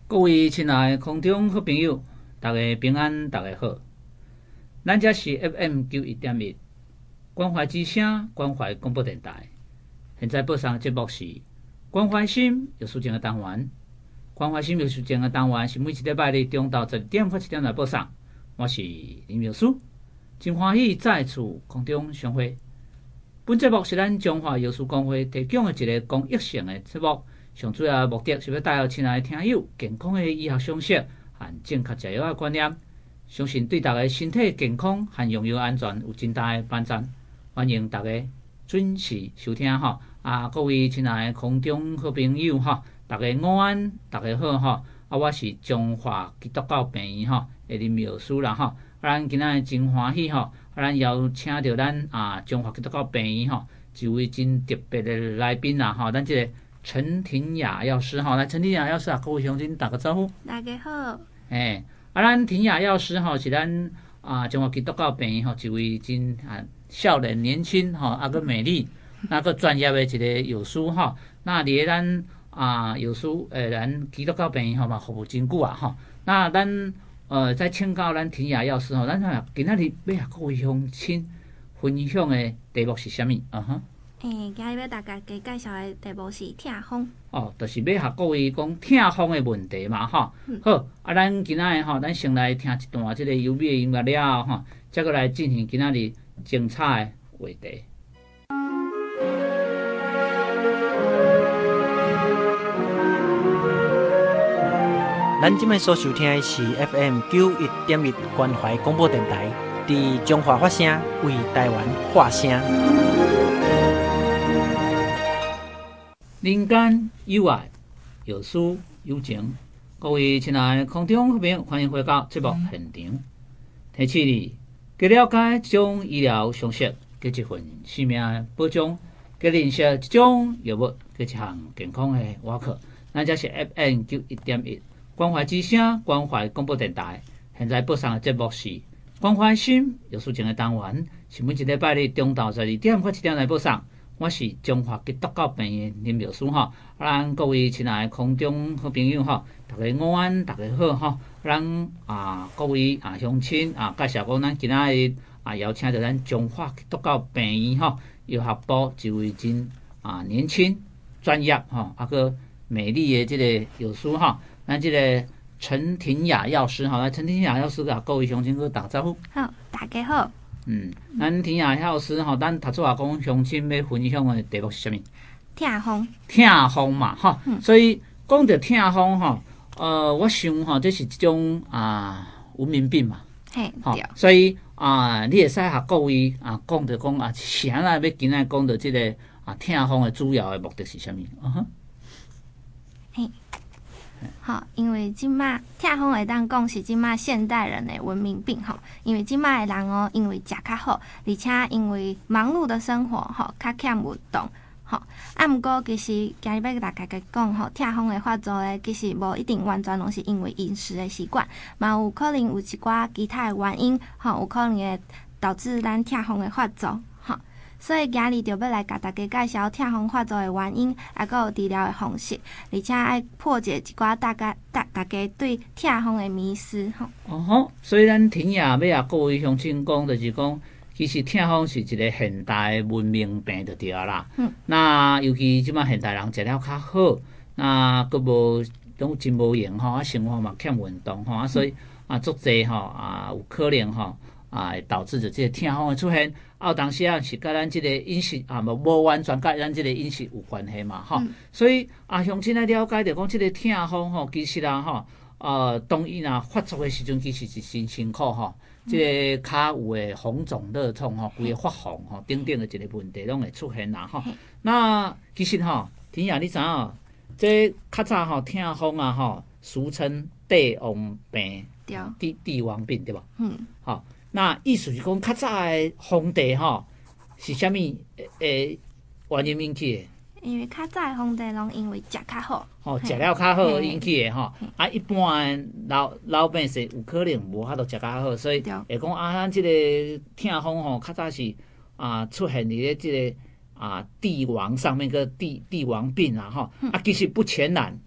各位亲爱的空中好朋友，大家平安，大家好。咱这是 FM91.1关怀之声关怀广播电台。现在播送的节目是关怀心有事情的单元。关怀心有事情的单元是每一礼拜日中到12点或7点来播送。我是林妙书，真欢喜再次空中相会。本节目是咱中华药师公会提供的一个公益性的节目。上主要目的是要带予亲爱的听友健康的医学常识和正确食药的观念，相信对大家身体健康和用药安全有真大的帮助。欢迎大家准时收听哈！各位亲爱的空中好朋友哈，大家午安，大家好哈！我是中华基督教病院哈的林妙书啦哈。咱今仔真欢喜哈，咱邀请到咱中华基督教病院哈一位真特别的来宾啦哈，咱这个陈婷雅药师哈，来陈婷雅药师各位乡亲打个招呼。 大家好。 咱婷雅药师哈是咱中华基督教病院哈一位真少年年轻哈，个美丽，个专业的一个药师哈。那伫咱药师咱基督教病院嘛服务真久哈。那咱再请教咱婷雅药师哈，咱今仔日要各位乡亲分享的题目是啥物？ 今日要大家介绍的题目是痛风。 就是要和各位讲痛风的问题嘛，好，咱今仔日咱先来听一段这个优美的音乐了后，再过来进行今仔日精彩的话题。 咱今摆所收听的是 FM91.1关怀广播电台，伫中华发声，为台湾发声。 人间有爱，有事有情。各位亲爱的空中好朋友，欢迎回到节目现场。提醒你，加了解这种医疗常识，加一份生命的保障，加认识这种药物，加一项健康的活课。咱这是 FM91.1关怀之声关怀广播电台。现在播送的节目是关怀心有事情的单元，是每一礼拜日中到12点或7点来播送。我是中华基督教病院林妙书哈，咱各位亲爱的空中好朋友哈，大家午安，大家好哈。咱各位乡亲介绍讲，咱今仔日邀请到咱中华基督教病院哈药学部一位真年轻、专业哈个美丽的这个药师哈，咱这个陈婷雅药师哈，来陈婷雅药师甲各位乡亲去打招呼。 好，大家好。 咱婷雅药师吼，咱头先也讲乡亲要分享的题目是啥物？ 痛风。 痛风嘛，哈，所以讲到痛风吼，我想吼，这是一种文明病嘛， 嘿，对。 所以你会使和各位讲着讲是安那要今仔讲到这个痛风的主要的目的是啥物？ 嘿。好，因为即马痛风会当讲是即马现代人的文明病吼，因为即马的人因为食较好，而且因为忙碌的生活较欠运动毋过其实今日要大家讲痛风的发作咧，其实无一定完全拢是因为饮食的习惯，嘛有可能有一寡其他的原因有可能会导致咱痛风的发作所以今日就要来甲大家介绍痛风发作的原因，还有治疗的方式，而且爱破解一寡大家对痛风的迷思所以咱婷雅要各位乡亲讲，就是讲，其实痛风是一个现代文明病就对啦。那尤其即马现代人食了较好，那佫无拢真无闲生活嘛欠运动所以足济有可能会导致着这个痛风的出现。有当时是甲咱这个饮食无完全甲咱这个饮食有关系嘛所以乡亲来了解着讲，这个痛风其实当伊发作的时阵，其实是真辛苦这个骹有的红肿热痛规个发红等等的一个问题拢会出现啦那其实婷雅你知影这较早痛风俗称帝王病，帝王病对吧？那意思是讲，较早的皇帝是啥物原因引起的？ 因为较早的皇帝拢因为食较好， 食了较好引起的一般老百姓有可能无法度食较好，所以会讲咱这个痛风较早是出现伫咧这个帝王上面个帝王病其实不全然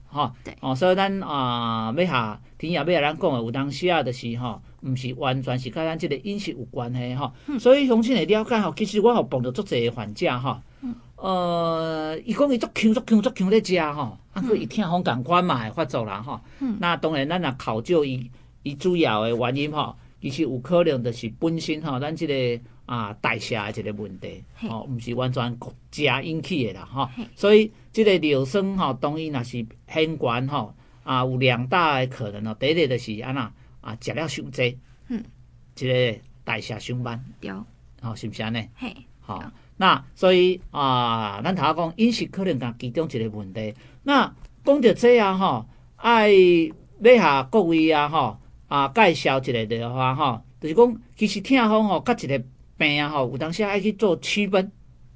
吼。 对。 所以咱要下田野要咱讲的有当时啊，就是吼，毋是完全是甲咱即个饮食有关系吼。所以乡亲会了解吼，其实我有碰到足侪患者吼。伊讲伊足强咧食吼，佮伊痛风共款嘛会发作啦吼。那当然咱若考究伊主要的原因吼，其实有可能就是本身吼，咱即个代谢的一个问题，毋是完全食引起的啦吼。所以即个尿酸吼，当伊若是很悬吼，有两大的可能哦。第一个就是安那食了伤济，即个代谢伤慢， 对， 是毋是安尼？ 嘿， 好。那所以咱头讲饮食可能甲其中一个问题。那讲到这吼，爱要下各位吼介绍一个的话吼，就是讲其实痛风吼，甲一个病吼，有当时爱去做区分。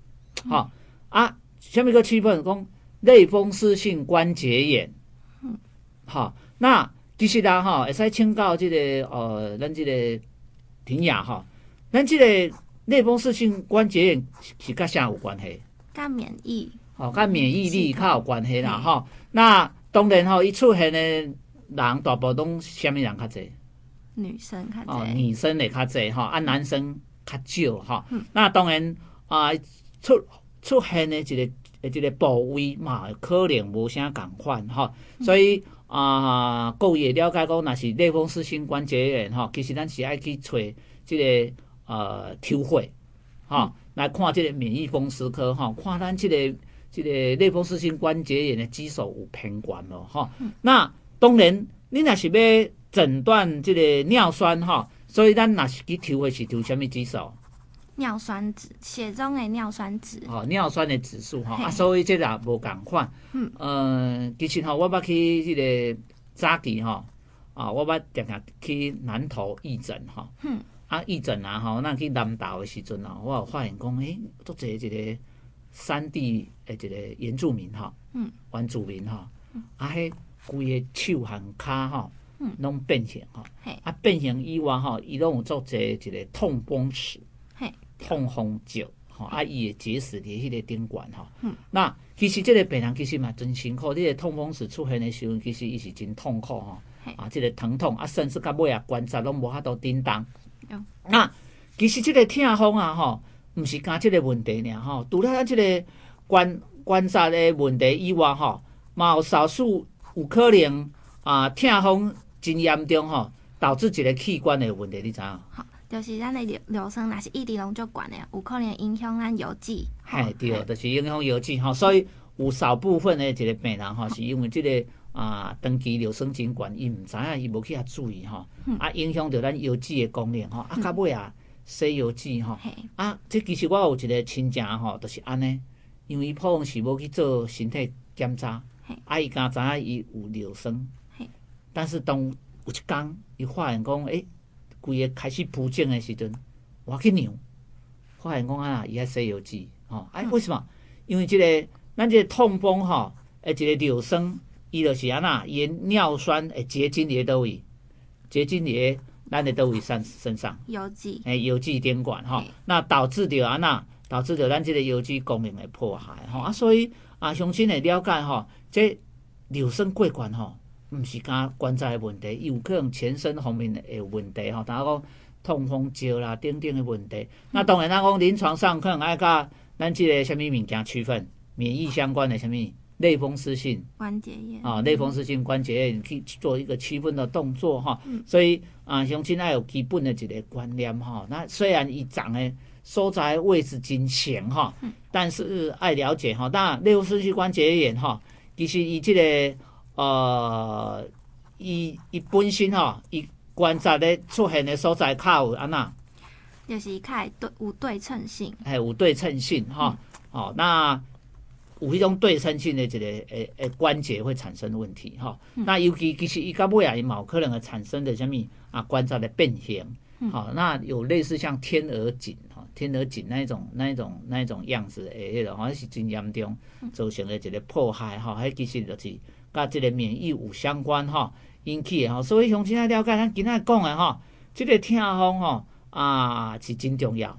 什么叫区分？讲类风湿性关节炎。那其实会使请教这个咱这个田野吼，咱这个类风湿性关节炎是甲啥有关系？ 甲免疫， 甲免疫力较有关系啦吼。那当然伊出现的人大部分拢什么人较侪？ 女生较侪， 女生会较侪男生较少那当然出现的一个部位嘛，可能无啥共款所以各位会了解讲，若是类风湿性关节炎其实咱是爱去找这个抽血来看这个免疫风湿科看咱这个类风湿性关节炎的指数有偏悬咯那当然，你若是要诊断这个尿酸所以咱若是去抽血是抽什么指数？ 尿酸值，血中的尿酸值。 尿酸的指数所以这也无共款。其实我捌去这个早期我捌常常去南投义诊义诊咱去南投的时阵我有发现讲，足侪一个山地的一个原住民原住民迄规个手和骹拢变形变形以外伊拢有足侪一个痛风石。痛风石伊会结石伫迄个顶悬那其实这个病人其实嘛真辛苦，这个痛风石出现的时候，其实伊是真痛苦这个疼痛甚至到尾关节拢无法度叮当。那其实这个痛风毋是干这个问题尔除了咱这个关节的问题以外嘛有少数有可能痛风真严重导致一个器官的问题，你知影？ 就是咱的尿酸若是一直拢足悬的，有可能影响咱邮寄。 对，就是影响邮寄所以有少部分的一个病人是因为这个长期尿酸真悬，伊毋知影，伊无去遐注意影响到咱邮寄的功能到尾洗邮寄这其实我有一个亲戚就是安尼，因为伊普通时无去做身体检查，伊敢知影伊有尿酸，但是当有一天伊发现讲规个开始浮肿的时阵，我去量，发现讲伊爱洗邮寄为什么？因为咱这个痛风一个尿酸，伊就是安那，伊尿酸会结晶伫倒位？结晶伫咱的倒位身上？ 邮寄。 邮寄顶管那导致着安那，导致着咱这个邮寄功能的破坏所以乡亲会了解这尿酸过悬毋是干关节的问题，伊有可能全身方面的问题大家讲痛风石啦等等的问题。那当然咱讲临床上可能爱甲咱这个什么物件区分，免疫相关的什么类风湿性关节炎类风湿性关节炎去做一个区分的动作所以乡亲爱有基本的一个观念那虽然伊长的所在位置真像但是爱了解当然类风湿性关节炎其实伊这个伊本身伊关节咧出现的所在较有安那， 就是较有对称性， 有对称性那有迄种对称性的一个关节会产生问题那尤其是伊到尾伊嘛有可能会产生的什么关节的变形那有类似像天鹅颈那一种样子迄个是真严重，造成的一个迫害迄其实就是甲这个免疫有相关引起的所以乡亲爱了解咱今仔讲的这个痛风是真重要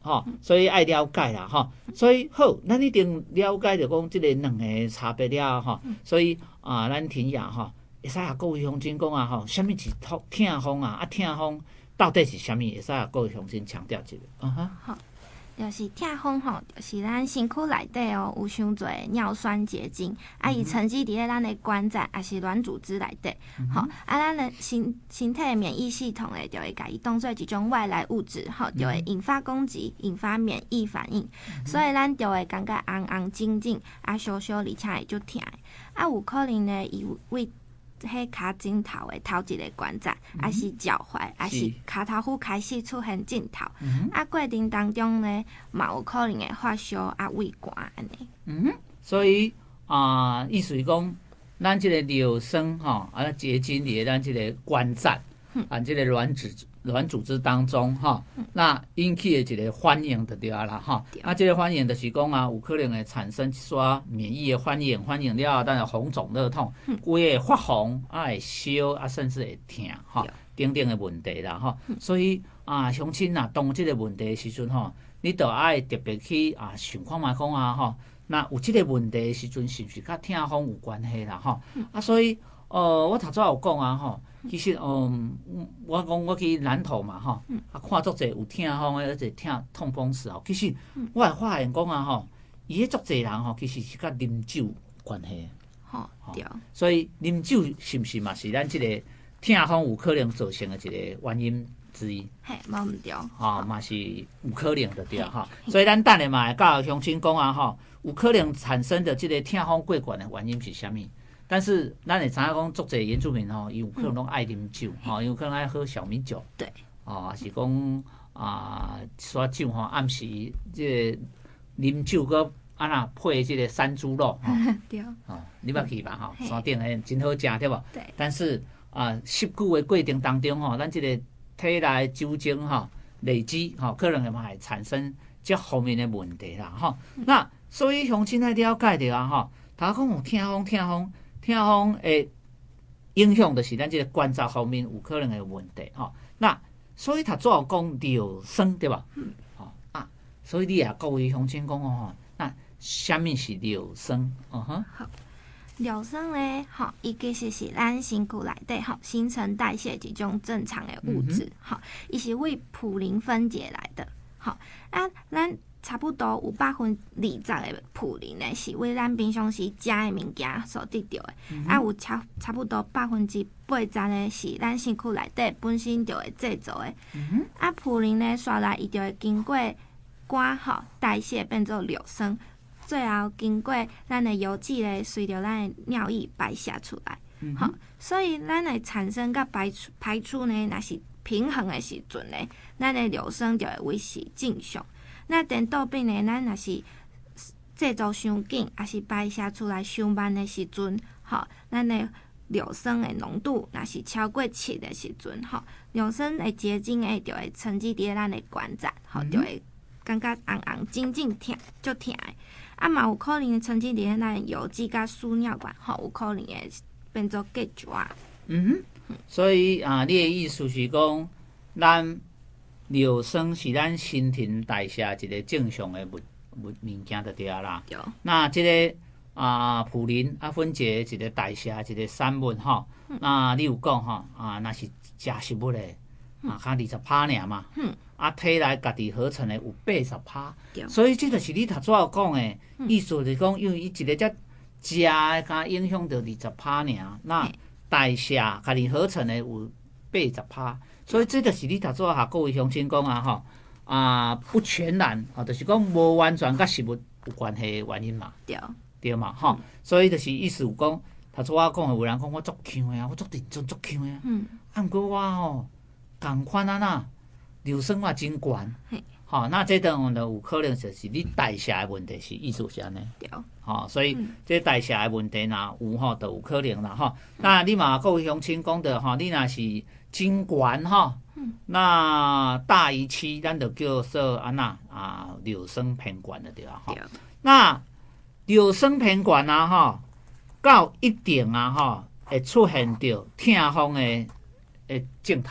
吼，所以爱了解啦吼。所以好，咱一定了解着讲即个两个差别了吼。所以咱田野吼，会使各位乡亲讲吼，啥物是痛风啊？痛风到底是啥物？会使各位乡亲强调一下。 好。就是痛风吼，就是咱身躯内底有伤侪尿酸结晶，伊沉积伫咧咱的肝脏也是软组织内底，咱的身体的免疫系统就会甲伊当做一种外来物质，就会引发攻击，引发免疫反应，所以咱就会感觉红肿肿，烧烧，而且会足痛的。有可能呢，伊为迄骹枕头的头一个关节，还是脚踝，还是骹头骨开始出现症头，过程当中呢，嘛有可能会发烧胃寒安尼。 所以意思是讲，咱即个尿酸结晶伫咱即个关节即个软组织当中那引起的一个反应就对啦即个反应就是讲有可能会产生一些免疫的反应了后，咱会红肿热痛，规个发红会烧甚至会痛等等的问题啦所以乡亲当即个问题的时阵你就爱特别去想看觅讲那有即个问题的时阵，是毋是甲痛风有关系啦所以我头早有讲其实我讲我去南投嘛看足侪有痛风的，而且痛风时其实我会发现讲伊迄足侪人其实是甲啉酒有关系。 对。 所以啉酒是毋是嘛是咱即个痛风有可能造成的一个原因之一？ 嘿，无毋对。 嘛是有可能的对所以咱等下嘛会教乡亲讲有可能产生的即个痛风过悬的原因是啥物？但是咱会知影讲，足侪原住民伊有可能拢爱啉酒伊有可能爱喝小米酒， 对， 是讲耍酒暗时即个啉酒个配即个山猪肉对， 你捌去吧山顶诶真好食对无？ 对。 但是吸久诶过程当中咱即个体内酒精累积可能会产生这方面诶问题啦那所以乡亲爱了解着头讲有痛风的影响就是咱即个关节方面有可能的问题那所以头早有讲尿酸对吧？所以你也各位乡亲讲那啥物是尿酸？ 好，尿酸咧伊其实是咱身躯内底新陈代谢一种正常的物质伊是为普林分解来的咱差不多有20%的普林呢，是为咱平常时食的物件所得到的。有差不多80%的是咱身躯内底本身就会制造的。普林呢，刷来伊就会经过肝代谢变做尿酸，最后经过咱的油脂咧，随着咱的尿液排泄出来。所以咱会产生甲排出呢，若是平衡的时阵呢，咱的尿酸就会维持正常。那颠倒变呢，咱若是制造伤紧，还是排泄出来伤慢的时阵，咱的尿酸的浓度若是超过7的时阵，尿酸的结晶就会沉积伫咱的关节，就会感觉红肿肿痛，足痛的。嘛有可能沉积伫咱的油脂甲输尿管，有可能会变做结石。 所以你的意思是讲，咱尿酸是咱新陈代谢一个正常的物件就对啦。那即个普林分解一个代谢一个产物那你有讲若是食食物的较20%尔嘛。体内家己合成的有80%，所以这就是你头早讲的意思，就是讲因为伊一个只食的甲影响到20%尔，那代谢家己合成的有80%。所以这就是你头早各位乡亲讲不全然就是讲无完全甲食物有关系的原因嘛，对嘛所以就是意思有讲，头早我讲的有人讲我足强的我足认真足强的毋过我共款尿酸真悬那这当然有可能就是你代谢的问题，是意思是安尼所以这代谢的问题若有就有可能啦那你嘛各位乡亲讲的你若是真悬那大于7，咱就叫做尿酸偏悬了对啊那尿酸偏悬到一定会出现到痛风的症头。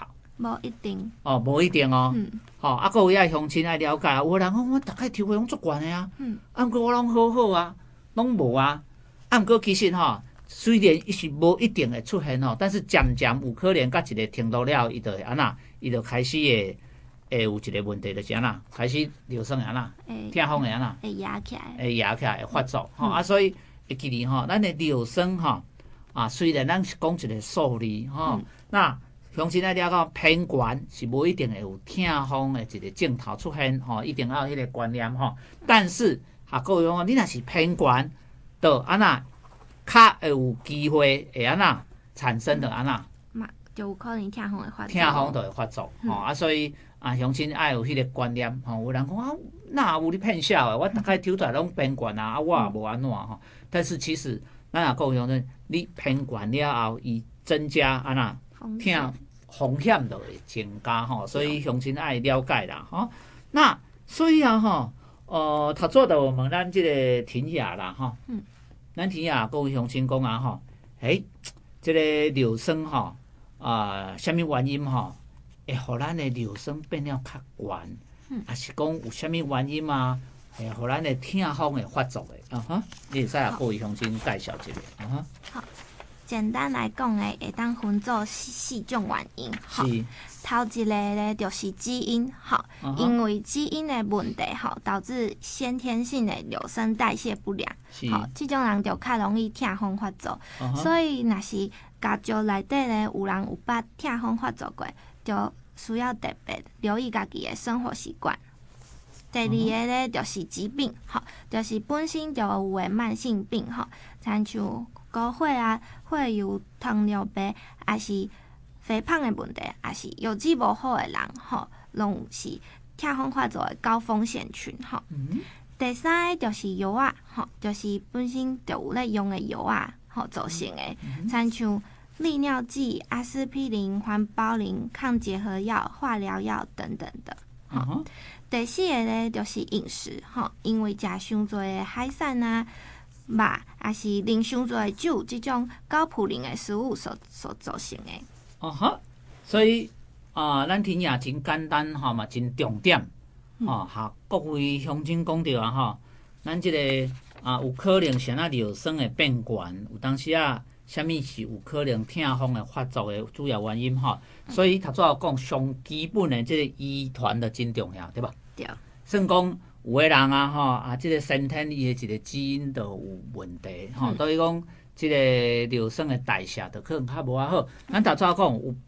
无一定。 哦，无一定哦。 嗯。 吼，啊，佮有遐乡亲爱了解，有人讲我逐摆抽血拢足悬的啊，啊，毋过我拢好好啊，拢无啊。啊，毋过其实吼，虽然伊是无一定会出现吼，但是渐渐有可能到一个程度了，伊就会安那，伊就开始会有一个问题，就是安那，开始尿酸会安那，痛风会安那， 会压起来， 会压起来，会发作吼。啊，所以会记哩吼，咱的尿酸吼，啊，虽然咱是讲一个数字吼，那乡亲爱了解偏悬是无一定会有痛风的一个症头出现吼，一定要有迄个观念吼。但是各位讲，你若是偏悬，就安那较会有机会会安那产生的安那， 就有可能痛风会发作。 痛风就会发作吼，啊，所以乡亲爱有迄个观念吼。有人讲啊，哪有你骗笑的？我大概抽出来拢偏悬啊，我也无安怎吼。但是其实咱也讲乡亲，你偏悬了后，伊增加安那痛风险就会增加吼，所以乡亲爱了解啦吼。那所以吼，头早就问咱即个田雅啦吼，咱田雅各位乡亲讲吼，即个尿酸吼什么原因吼，会互咱的尿酸变了较悬，也是讲有什么原因啊？会互咱的痛风会发作的你会使各位乡亲介绍一下好。简单来讲诶，会当分做四种原因。 是。 头一个咧，就是基因，因为基因的问题，导致先天性的尿酸代谢不良，这种人就较容易痛风发作。所以，若是家族内底咧有人有捌痛风发作过，就需要特别留意家己的生活习惯。第二个咧，就是疾病，就是本身就有的慢性病，亲像高血压、血友、糖尿病，也是肥胖的问题，也是药质无好的人，拢是痛风发作的高风险群。第三个就是药啊，就是本身就有咧用的药啊，造成的，亲像利尿剂、阿司匹林、环孢林、抗结核药、化疗药等等的。第四个咧就是饮食，因为食伤多的海产啊、肉，也是啉伤多的酒，这种高普林的食物所造成的。 所以咱听也真简单嘛，真重点各位乡亲讲到咱这个有可能是尿酸的变悬，有当时什么是有可能痛风的发作的主要原因所以头早讲上基本的这个遗传的真重要，对吧？ 对。 算讲有的人这个先天伊的一个基因就有问题所以讲这个尿酸的代谢就可能较无好。咱头早讲有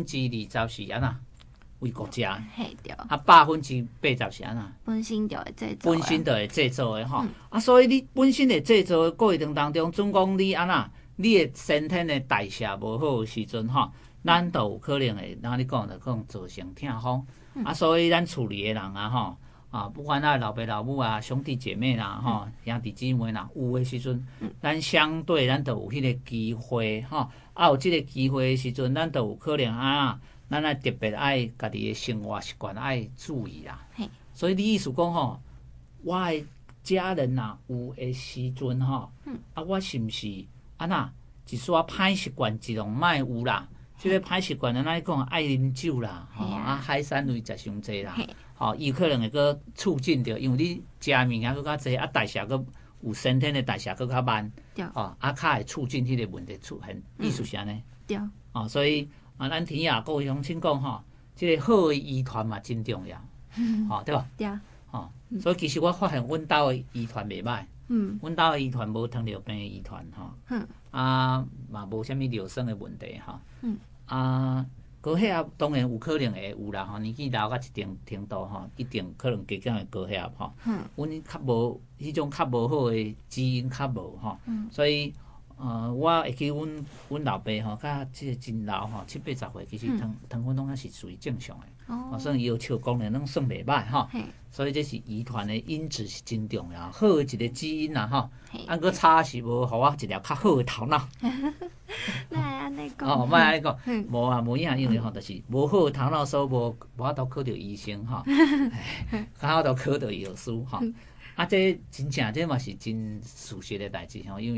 20%是安那为国家， 对。 80%是安那本身就会制造的所以你本身的制造的过程当中，总讲你安那你的先天的代谢无好的时阵咱就有可能会，咱你讲就讲造成痛风所以咱厝里的人不管老爸老母兄弟姐妹啦兄弟姊妹啦，有的时阵咱相对咱就有迄个机会有即个机会的时阵，咱就有可能咱爱特别爱家己的生活习惯爱注意啦。所以你意思讲我的家人有的时阵我是毋是安那一撮歹习惯尽量莫有啦？即个歹习惯，咱来讲爱啉酒啦，海产类食伤济啦，伊可能会个促进着，因为你食物件搁较济，代谢搁有先天的代谢搁较慢，较会促进迄个问题出现，意思是安尼。 对。 所以咱天下各位乡亲讲即个好的遗传嘛真重要，对吧？ 对。 所以其实我发现阮兜的遗传袂歹。阮兜的遗传无糖尿病的遗传嘛无啥物尿酸的问题高血压当然有可能会有啦年纪老到一定程度一定可能加减会高血压阮较无迄种较无好的基因较无所以我会记阮老爸甲即个真老70-80岁，其实糖分拢还是属于正常的所以伊笑功能拢算袂歹所以这是遗传的因子是真重要，好的一个基因搁差是无互我一粒较好的头脑。 莫安尼讲。 莫安尼讲，无影，因为就是无好的头脑，所以无法度考到医生刚好都考到药师这真正这嘛是真事实的代志因为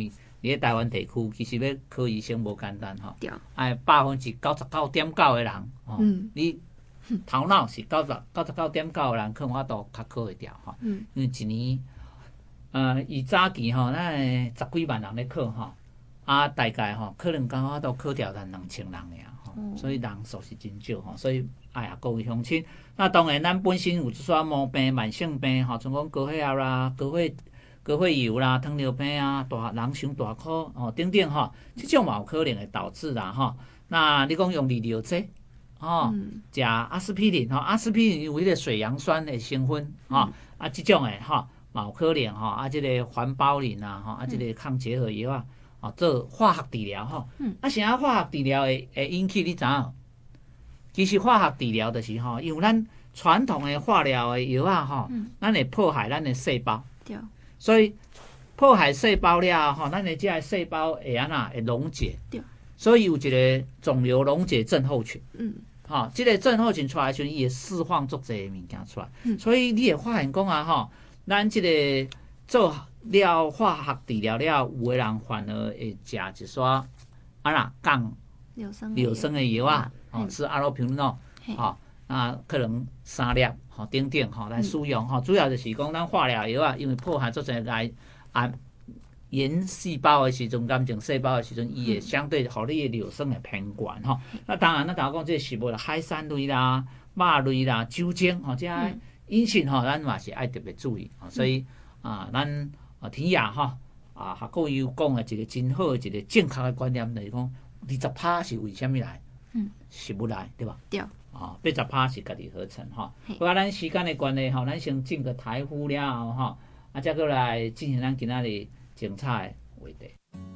伫台湾地区，其实要考医生无简单吼。 对。 99.9%的人吼，你头脑是99.9%的人，可能我都较考会掉吼。因为一年，以早期吼，咱诶10几万人咧考吼，大概吼可能刚好都考掉咱2000人尔吼，所以人数是真少吼，所以各位乡亲，那当然咱本身有一撮毛病、慢性病吼，像讲高血压啦、高血油啦、糖尿病啊、人伤大箍吼等等吼，即种嘛有可能会导致啦吼。那你讲用利尿剂吼，食阿司匹林吼，阿司匹林有迄个水杨酸的成分吼，即种诶吼。有可能吼，即个环孢林啊，吼，即个抗结核药啊，做化学治疗吼。啥化学治疗会引起你知影？其实化学治疗就是吼，因为咱传统的化疗的药啊吼，咱会破坏咱的细胞。对。所以破坏细胞了吼，咱的这个细胞会会溶解。对。所以有一个肿瘤溶解症候群。吼，即个症候群出来时阵，伊会释放足侪物件出来。所以你会发现讲啊吼。咱即个做了化学治疗了，有的人反而会食一撮降柳生的药啊，吃阿罗平诺，可能3粒等等来使用主要就是讲咱化疗药啊，因为破坏做侪癌炎细胞的时阵、癌症细胞的时阵，伊会相对互你的柳生会偏悬吼。那当然，咱头讲这食物啦，海产类啦、肉类啦、酒精这饮食咱嘛是爱特别注意所以咱天涯各位有讲的一个真好的一个正确的观念，就是讲20%是为什么来？食物来对吧？对。80%是家己合成好咱时间的关系咱先进个台呼了后再过来进行咱今仔日精彩的话题。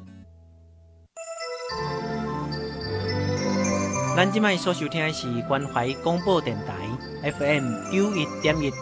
咱即摆所收听的是关怀广播电台 FM 91.1。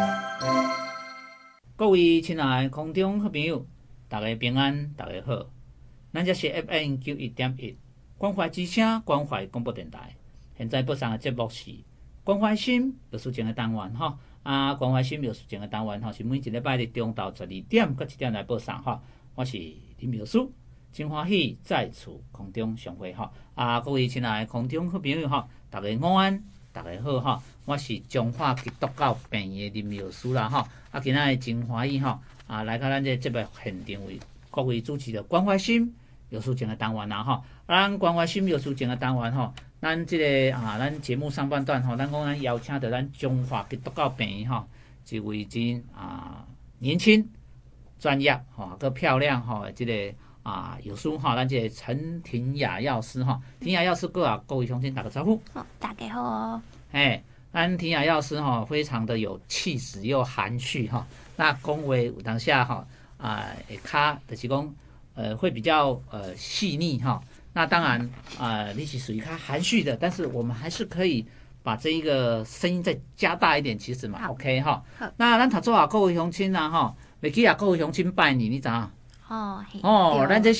各位亲爱的空中好朋友，大家平安，大家好。咱这是 FM 91.1关怀之声关怀广播电台。现在播送的节目是关怀心秘书前的单元哈。关怀心秘书前的单元是每一礼拜日中昼12点到1点来播送哈。我是林秘书。真欢喜在厝空中相会吼！各位亲爱的空中好朋友吼，大家午安，大家好吼！我是中华基督教病院的林药师啦吼！今仔日真欢喜吼！来到咱这节目现场为各位主持的关怀心药师前的单元啦吼！咱关怀心药师前的单元吼，咱这个咱节目上半段吼，咱讲咱邀请到咱中华基督教病院吼一位真年轻、专业吼，佮漂亮吼，这个。药师咱这个陈婷雅药师婷雅药师各位乡亲打个招呼。 大家好哦。 咱婷雅药师非常的有气质又含蓄那讲话有当下会较就是讲会比较细腻那当然你是属于较含蓄的，但是我们还是可以把这一个声音再加大一点，其实嘛 OK 那咱头做各位乡亲袂记各位乡亲拜年，你知影？咱这是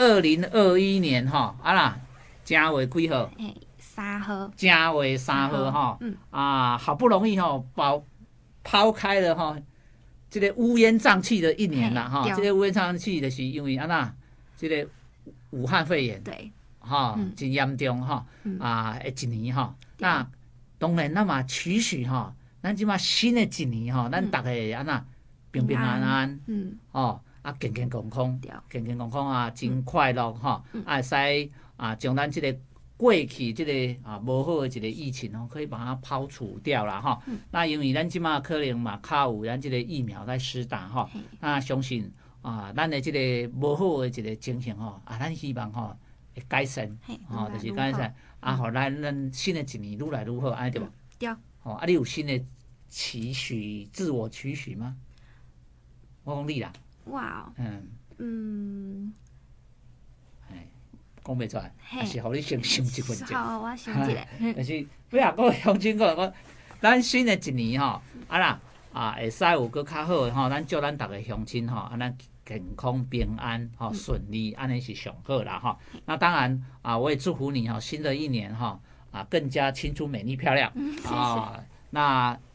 2021年正月几号 ？3号。 正月3号好不容易抛开了这个乌烟瘴气的一年啦这个乌烟瘴气就是因为这个武汉肺炎对真严重一年那当然咱嘛期许咱即马新的一年咱大家平平安安健健康康，健健康康真快乐会使将咱这个过去这个无好的一个疫情可以把它抛除掉啦那因为咱即马可能嘛靠有咱这个疫苗在施打那相信咱的这个无好的一个情形咱希望会改善就是改善互咱新的一年愈来愈好，安尼对无？ 对。 你有新的期许、自我期许吗？我讲你啦。 哇讲袂出来，还是互你先想一分钟。 好，我想一下。 但是各位乡亲讲，咱新的一年会使有搁较好的咱祝咱逐个乡亲咱健康平安顺利，安尼是上好啦那当然我也祝福你新的一年更加青春美丽漂亮那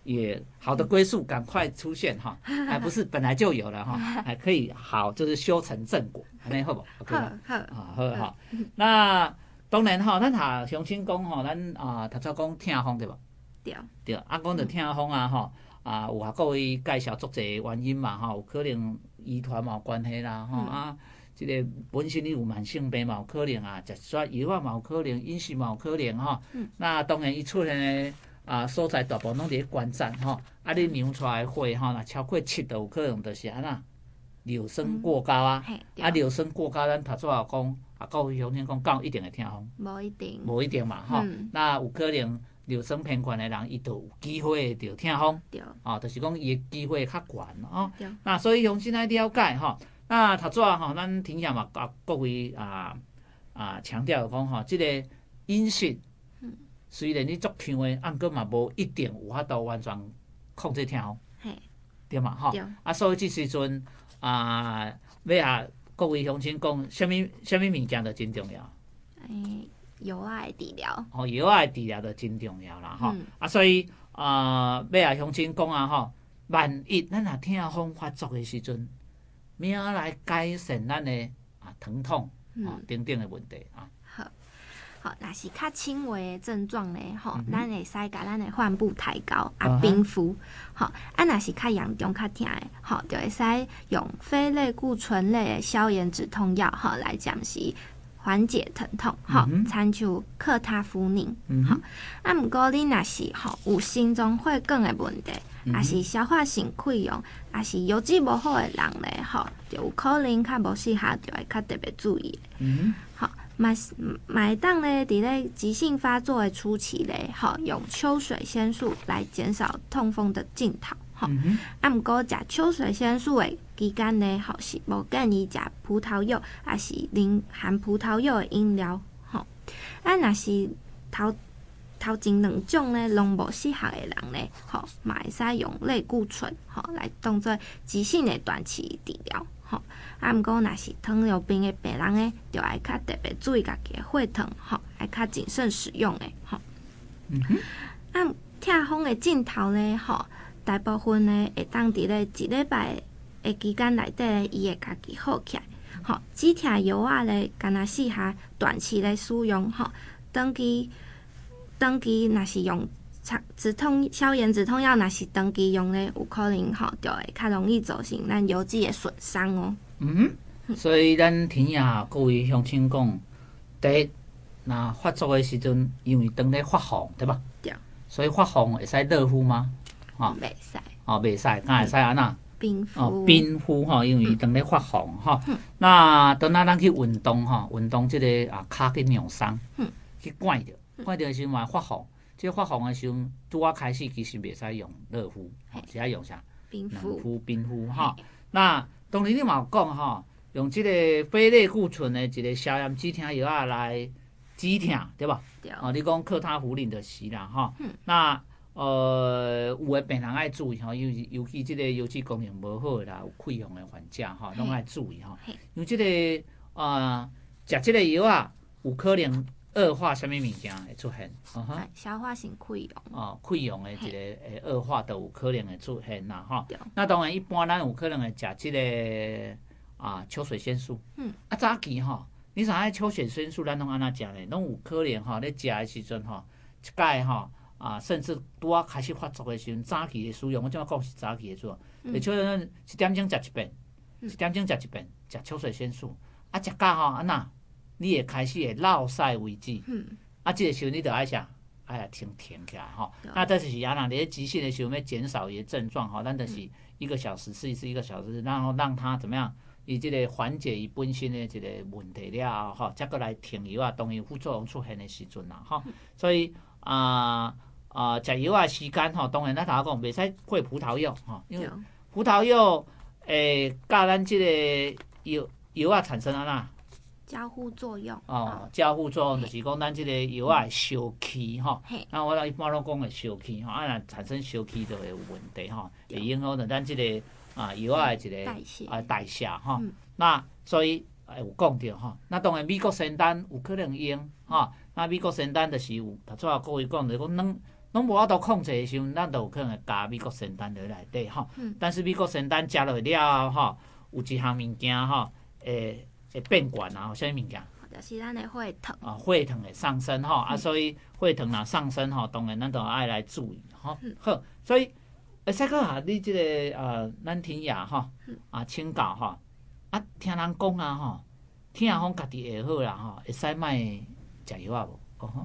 也好的归宿赶快出现哈，不是本来就有了哈，还可以好就是修成正果，安尼好不？OK 吗？好。那当然哈，咱下乡亲讲吼，咱头先讲听风对无？对，讲到听风吼，有各位介绍足侪原因嘛吼，有可能遗传嘛有关系啦吼即个本身你有慢性病嘛有可能食一撮药嘛有可能，饮食嘛有可能吼。那当然伊出现的所在大部分拢伫咧关节吼，你量出来的血吼，若超过7，就有可能就是安那尿酸过高尿酸过高，咱头先也讲各位乡亲讲，敢有一定会听风？无一定嘛吼。那有可能尿酸偏悬的人，伊就有机会会听风，就是讲伊的机会较悬那所以乡亲爱了解吼。那头先咱庭下嘛甲各位强调讲吼，即个饮食虽然你足强的，毋过嘛无一定有法度完全控制听风，对嘛吼？所以即时阵要各位乡亲讲，什么物件就真重要。 药仔的治疗。 药仔的治疗就真重要啦吼。所以要乡亲讲吼，万一咱若听风发作的时阵，怎来改善咱的疼痛等等的问题好，若是较轻微的症状咧，咱会使甲咱的患部抬高冰敷。若是较严重较疼的，就会使用非类固醇类的消炎止痛药来暂时缓解疼痛。参像克他夫宁。毋过你若是有心脏血管的问题，也是消化性溃疡，也是油脂无好的人咧，就有可能较无适合，就会较特别注意。会当咧，伫咧急性发作的初期咧，用秋水仙素来减少痛风的镜头。毋过食秋水仙素的期间咧，是无建议食葡萄柚，也是啉含葡萄柚的饮料。若是头前2种咧，拢无适合的人咧，嘛会使用类固醇，来当做急性的短期治疗。毋过若是糖尿病的病人咧，就要较特别注意家己的血糖，要较谨慎使用的。痛风的镜头咧，大部分咧会当伫咧1礼拜的期间内底咧，伊会家己好起来。止痛药仔咧，敢若适合短期的使用。长期若是用消炎止痛药，若是长期用咧，有可能就会较容易造成咱油脂的损伤哦。 所以咱听下各位乡亲讲，第一，若发作的时阵，因为当咧发红，对吧？ 对。 所以发红会使热敷吗？ 袂使。 袂使，敢会使安那？ 冰敷。 冰敷因为当咧发红那当咱去运动运动即个骹去扭伤，去拐着的时候嘛发红。即发红的时候，拄仔开始其实袂使用热敷，是爱用啥？ 冰敷那当然你嘛有讲用即个非类固醇的一个消炎止痛药来止痛，对吧？ 对。 你讲克他福林就是啦那有的病人爱注意尤其即个油脂功能无好啦，有溃疡的患者拢爱注意因为即个食即个药有可能恶化什么物件会出现？ 消化性溃疡。 溃疡的一个恶化都有可能会出现啦那当然，一般咱有可能会食即个秋水仙素。早期你知影秋水仙素咱拢安怎食咧？拢有可能咧食的时阵一摆甚至拄仔开始发作的时阵，早期的使用，我即摆讲是早期的使用，就像1点钟食一遍，1点钟食一遍，食秋水仙素，食到安那？你会开始会落屎为止，即个时候你就爱啥？停起来那这就是安那，你急性的时候要减少伊的症状咱就是1个小时试一次，1个小时，然后让它怎么样？伊即个缓解伊本身的一个问题了后再过来停药当伊副作用出现的时阵啦所以食药的时间当然咱头先讲袂使过葡萄柚因为葡萄柚会甲咱即个药产生安那？ 交互作用交互作用就是讲咱即个药会烧气那我一般拢讲会烧气若产生烧气就会有问题会影响到咱即个药的一个代谢那所以有讲到那当然美国仙丹有可能用那美国仙丹就是有头先各位讲就是讲拢无法度控制的时阵，咱就有可能会加美国仙丹落内底吼。但是美国仙丹食落了吼，有一项物件吼，会变悬啊，啥物物件？ 就是咱的血糖。 血糖会上升吼，所以血糖若上升吼，当然咱就爱来注意吼。好，所以会使讲你即个咱天雅吼请教吼，听人讲啊吼，疼风家己会好啦吼，会使莫食药无？吼。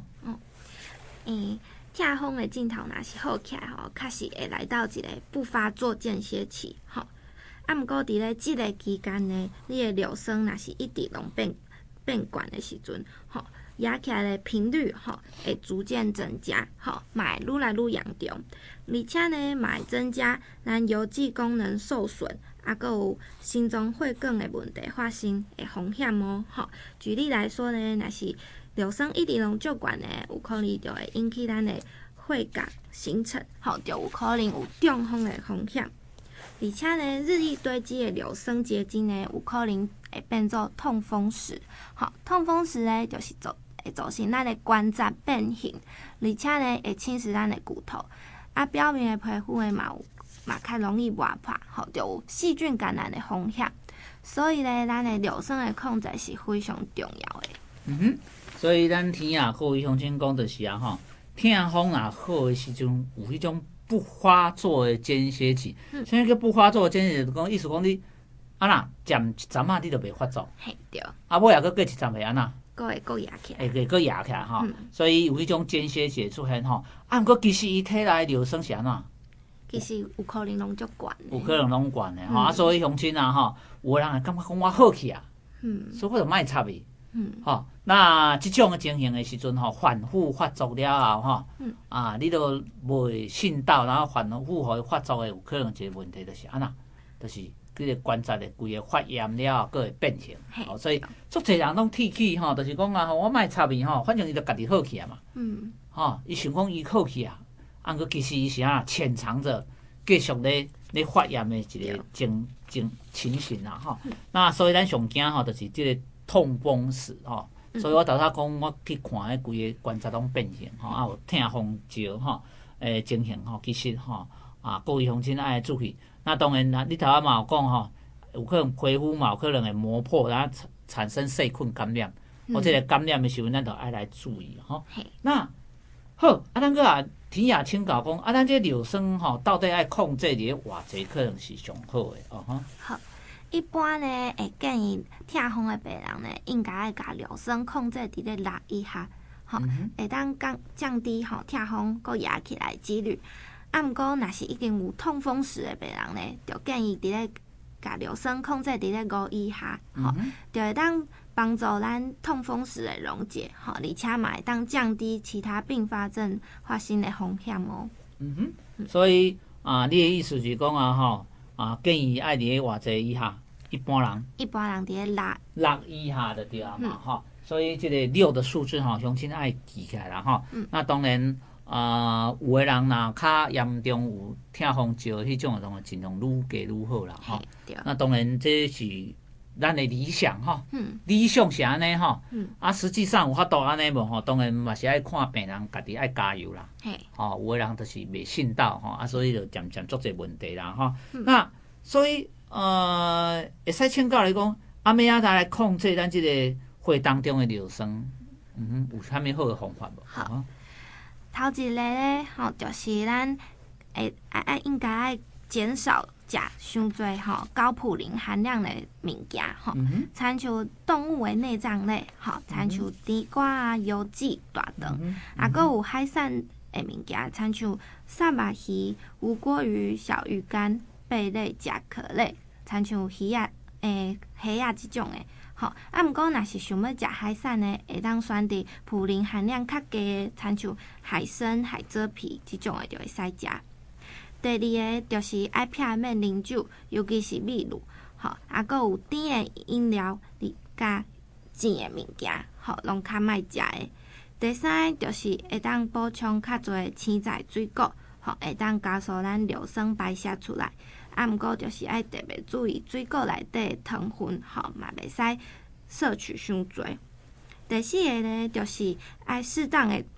疼风的镜头若是好起来吼，确实会来到一个不发作间歇期吼。毋过伫咧即个期间呢，你的尿酸若是一直拢变悬的时阵，吼，压起来的频率吼会逐渐增加，吼，嘛会愈来愈严重，而且呢，嘛会增加咱邮寄功能受损，阁有心脏血管的问题发生的风险哦，吼。举例来说呢，若是尿酸一直拢足悬呢，有可能就会引起咱的血角形成，吼，就有可能有中风的风险。而且呢，日益堆积的尿酸结晶呢，有可能会变做痛风石。吼，痛风石呢，就是会造成咱的关节变形，而且呢，会侵蚀咱的骨头。表面的皮肤呢嘛较容易磨破，吼，就有细菌感染的风险。所以呢，咱的尿酸的控制是非常重要的。 所以咱天啊，各位乡亲讲就是吼，疼风若好的时阵，有迄种不发作的间歇期。啥物叫不发作的间歇期？讲意思讲你若占一阵你就袂发作。 嘿，对。 尾也过一阵会安那？ 会压起来。 会过压起来吼。所以有迄种间歇期出现吼。毋过其实伊体内尿酸是安怎？ 其实有可能拢足悬。 有可能拢悬的吼。所以乡亲啊吼，有个人会感觉讲我好去啊。所以我就莫插伊。吼，那即种的情形的时阵吼，反复发作了后吼，你都袂信到，然后反复互发作的有可能一个问题就是安那，就是迄个关节的规个发炎了，佫会变形。所以足侪人拢提起吼，就是讲我莫插伊吼，反正伊就家己好去啊嘛。吼，伊想讲伊好去啊，毋过其实伊是潜藏着继续咧发炎的一个情形啦吼。那所以咱上惊吼，就是即个痛风石吼。所以我头先讲，我去看迄规个关节拢变形吼，有疼风石吼，情形吼，其实吼各位乡亲爱注意。那当然啦，你头先嘛有讲吼，有可能皮肤嘛有可能会磨破，然后产生细菌感染。即个感染的时阵，咱就爱来注意吼。那好，咱个田野请教讲，咱这尿酸吼，到底爱控制伫咧偌济，可能是上好的哦吼。 好。一般呢，会建议疼风的病人呢，应该爱甲尿酸控制伫咧6以下，吼，会当降低吼疼风佮压起来的几率。毋过，若是已经有痛风史的病人呢，就建议伫咧甲尿酸控制伫咧5以下，吼，就会当帮助咱痛风史的溶解，吼，而且嘛会当降低其他并发症发生的风险哦。 所以你的意思是讲吼，建议爱伫咧偌济以下。一般人伫咧 6以下就对啊嘛吼，所以这个6的数字吼，乡亲爱记起来啦吼。那当然有个人若较严重有疼风石迄种的，尽量愈加愈好啦吼。那当然这是咱的理想吼，理想是安尼吼。实际上有法度安尼无吼，当然嘛是爱看病人家己爱加油啦。有个人就是袂信到吼，所以就渐渐做侪问题啦吼。那所以会使请教你讲，要怎来控制咱即个血当中的尿酸？有啥物好的方法无？ 好，头一个咧，吼，就是咱应该爱减少食伤侪吼高普林含量的物件吼，参像动物的内脏类，吼，参像甜瓜啊、油脂、大肠，搁有海产的物件，参像沙巴鱼、无锅鱼、小鱼干、贝类、甲壳类。参像鱼啊、虾啊即种的，吼。毋过若是想要食海产呢，会当选择普林含量较低的，参像海参、海蜇皮即种的就会使食。第二个就是爱避免啉酒，尤其是蜜露，吼，搁有甜的饮料，甲甜的物件，吼，拢较莫食的。第三个就是会当补充较侪青菜水果，吼，会当加速咱尿酸排泄出来。毋过就是爱特别注意水果内底的糖分，吼，嘛袂使摄取伤侪。第四个呢，就是爱适当的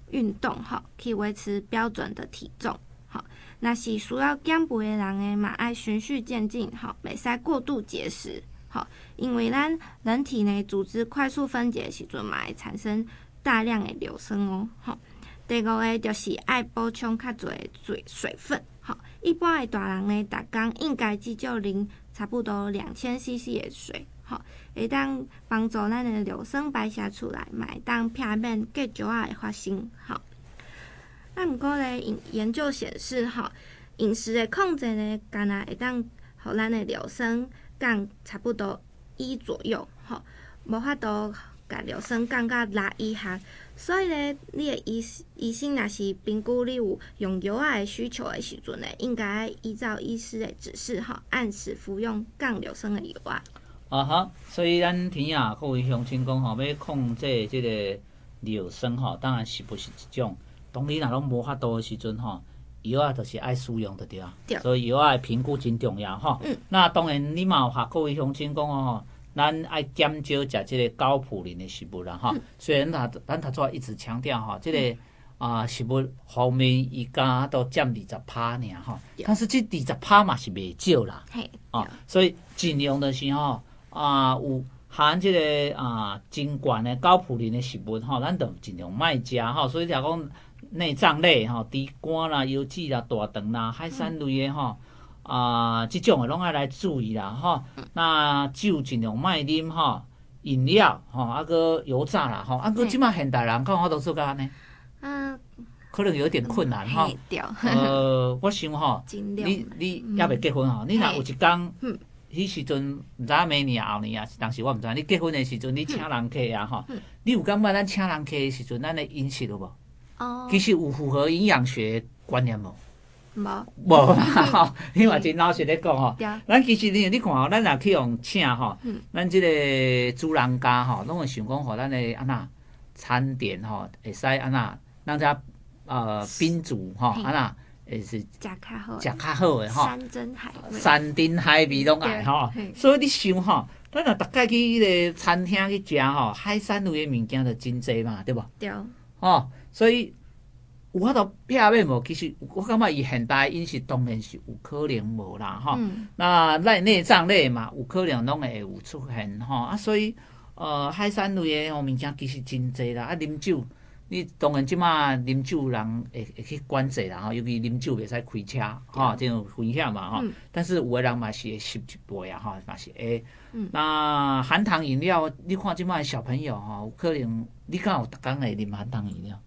运动吼，去维持标准的体重。吼，若是需要减肥的人诶，嘛爱循序渐进，吼，袂使过度节食。吼，因为咱人体内组织快速分解的时阵嘛，会产生大量的硫酸哦。吼，第五个就是爱补充较侪水分。吼，一般的大人呢，逐工应该至少啉差不多2000cc 的水。吼，会当帮助咱的硫酸排泄出来，嘛会当避免结石仔的发生。吼，毋过咧，研究显示，吼，饮食的控制呢，敢若会当互咱的硫酸降差不多1左右，吼，无法度甲硫酸降到6以下。所以咧，你的医生若是评估你有用药仔的需求的时阵呢，应该依照医师的指示，吼，按时服用降硫酸的药仔。 哈，所以咱天啊，各位乡亲讲吼，要控制即个硫酸吼，当然是不是一种。当你若拢无法度的时阵吼，药啊就是爱使用就对啊。所以药啊的评估真重要吼。那当然，你嘛有学各位乡亲讲吼，咱爱减少食即个高普林的食物啦吼。虽然咱头先一直强调吼，即个食物方面伊敢都占20%尔吼，但是这20%嘛是袂少啦。所以尽量就是吼有含即个真悬的高普林的食物吼，咱就尽量莫食吼。所以若讲内脏类吼，猪肝啦、腰子啦、大肠啦、海产类的吼，即种的拢爱来注意啦吼。那酒尽量莫啉吼，饮料吼，搁油炸啦吼，搁即马现代人看法度做甲安尼，可能有点困难吼。我想吼，你还袂结婚吼，你若有一天，迄时阵毋知影明年后年啊，当时我毋知，你结婚的时阵，你请人客啊吼，你有感觉咱请人客的时阵，咱的饮食有无？其实有符合营养学观念无？无啦吼，你嘛真老实咧讲吼。咱其实你看吼，咱若去用请吼，咱即个主人家吼，拢会想讲，互咱的安那餐点吼，会使安那，咱遮宾主吼，安那会是食较好的吼。山珍海味拢爱吼，所以你想吼，咱若逐摆去迄个餐厅去食吼，海产类的物件就真济嘛，对无？ 对。 所以有法度避免无？其实我感觉伊现代饮食当然是有可能无啦吼。那内脏类嘛，有可能拢会有出现吼。所以海产类的物件其实真济啦。啉酒，你当然即马啉酒人会去管制啦吼，尤其啉酒袂使开车吼，这种危险嘛吼。但是有的人嘛是会吸一杯啊吼，嘛是会。那含糖饮料，你看即马小朋友吼，有可能你敢有逐工会啉含糖饮料？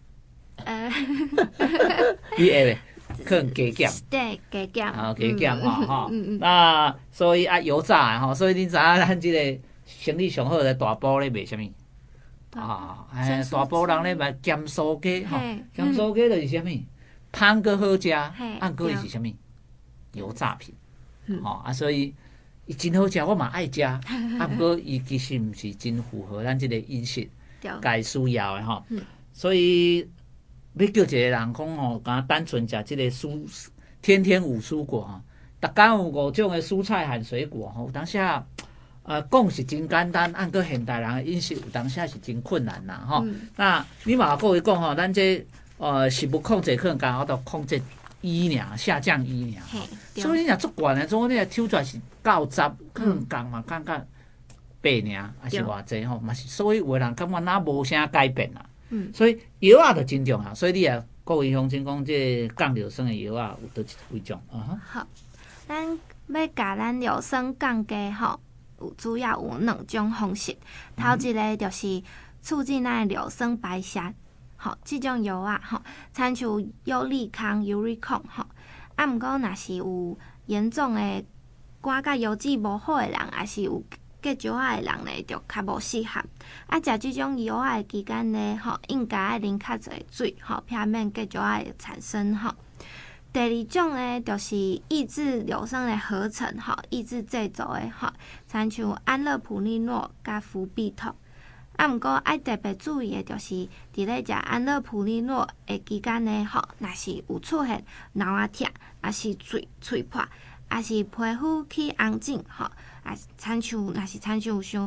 你会袂？可能加减。 对，加减。 加减吼。那所以油炸吼，所以你知影咱即个生理上好的大埔咧卖啥物？大埔人咧卖咸酥鸡吼，咸酥鸡就是啥物？香搁好食，搁伊是啥物？油炸品。所以伊真好食，我嘛爱食。不过伊其实毋是真符合咱即个饮食该需要的吼。所以要叫一个人讲吼，敢单纯食即个天天5蔬果吼，逐工有5种的蔬菜和水果吼，有当时讲是真简单，按个现代人的饮食有当时是真困难啦吼。那你嘛各位讲吼，咱这食物控制可能刚好到控制1尔，下降1尔。所以你若足悬的，总你若抽出来是90，可能降嘛降到8尔，还是偌济吼，嘛是。所以有的人感觉哪无啥改变啦。所以药啊就真重要，所以你也各位乡亲讲，这降硫酸的药啊有倒几种好，咱要甲咱硫酸降低吼，主要有2种方式。头一个就是促进咱的硫酸排泄，吼，这种药啊吼，参像优利康 Uricon 吼。毋过若是有严重的肝甲油脂无好的人，也是有结石仔的人咧，就较无适合。食即种药仔的期间咧，吼，应该爱啉较侪水，吼，避免结石仔的产生，吼。第2种咧，就是抑制硫酸的合成，吼，抑制制造的，吼，参像安乐普利诺甲氟必妥。毋过爱特别注意的，就是伫咧食安乐普利诺的期间咧，吼，若是有出现脑啊痛，还是喙破，还是皮肤起红疹，吼，若是参像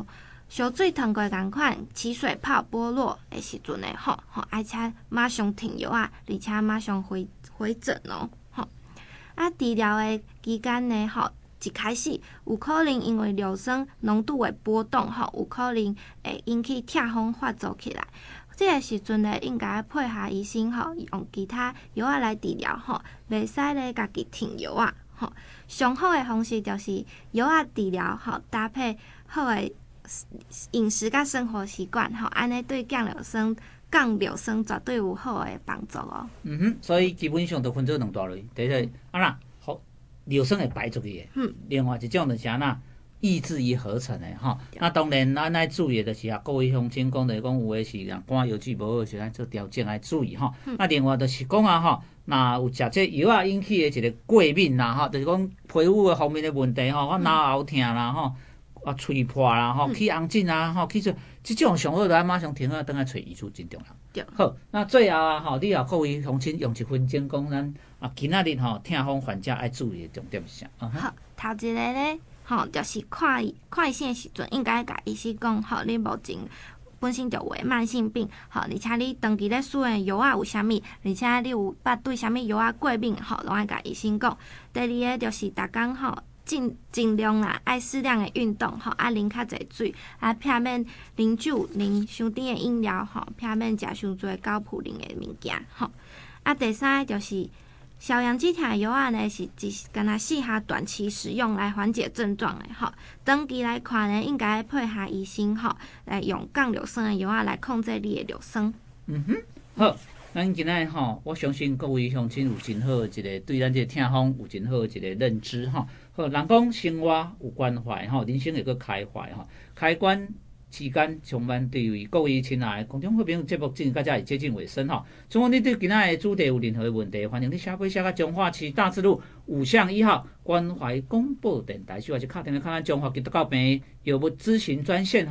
烧水烫过共款，起水泡剥落的时阵呢，而且马上停药啊，而且马上回诊哦，治疗的期间呢，一开始有可能因为硫酸浓度的波动，有可能会引起痛风发作起来。这个时阵呢，应该配合医生用其他药啊来治疗，袂使咧家己停药啊。上好的方式就是药啊治疗，搭配好的饮食甲生活习惯，安尼对降硫酸绝对有好的帮助哦。 所以基本上都分做两大类，第一个好硫酸会排出去的，另外一种就是抑制伊合成的那当然咱爱注意的就是各位乡亲讲的讲有的是肝药质无好的时候，咱做调整来注意另外就是讲那有食这药啊引起的一个过敏啦就是讲皮肤的方面的问题脑喉痛啦喙破啦起红疹啊起这种上好就马上停倒来找医师真重要。好，那最后你各位乡亲用1分钟讲咱今仔日痛风患者爱注意的重点是啥？ 好，头一个咧。就是看医生的时阵，应该甲医生讲，你目前本身就有慢性病，而且你长期咧使用的药啊有啥物，而且你有捌对啥物药啊过敏，拢爱甲医生讲。第二个就是逐工尽量爱适量的运动，啉较侪水，避免啉酒、啉伤甜的饮料，避免食伤侪高普林的物件，第三个就是。消炎止痛的药啊呢，是敢若适合短期使用来缓解症状的长期来看呢，应该配合医生来用降硫酸的药啊来控制你的硫酸。 好，咱今仔我相信各位乡亲有真好的一个对咱这痛风有真好的一个认知好，人讲生活有关怀人生会阁开怀开关。时间充满对于各位亲爱的观众好朋友，节目进到这会接近尾声如果你对今仔的主题有任何的问题，欢迎你写笔写到中华区大智路5巷1号关怀广播电台，或者打电话看咱中华基督教病药物咨询专线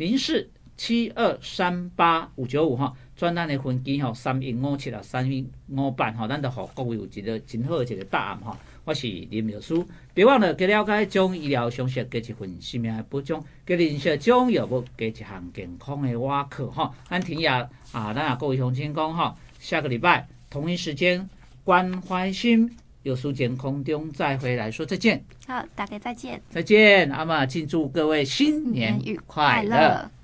0472385595专案的分机31573158咱就互各位有一个真好的一个答案我是林药师，别忘了加了解中医疗常识，加一份生命的保障，加认识中药物，加一项健康的瓦课咱听下咱各位乡亲讲下个礼拜同一时间关怀心有书健空中再回来说再见。 好，大家再见。 再见，祝各位新年快乐。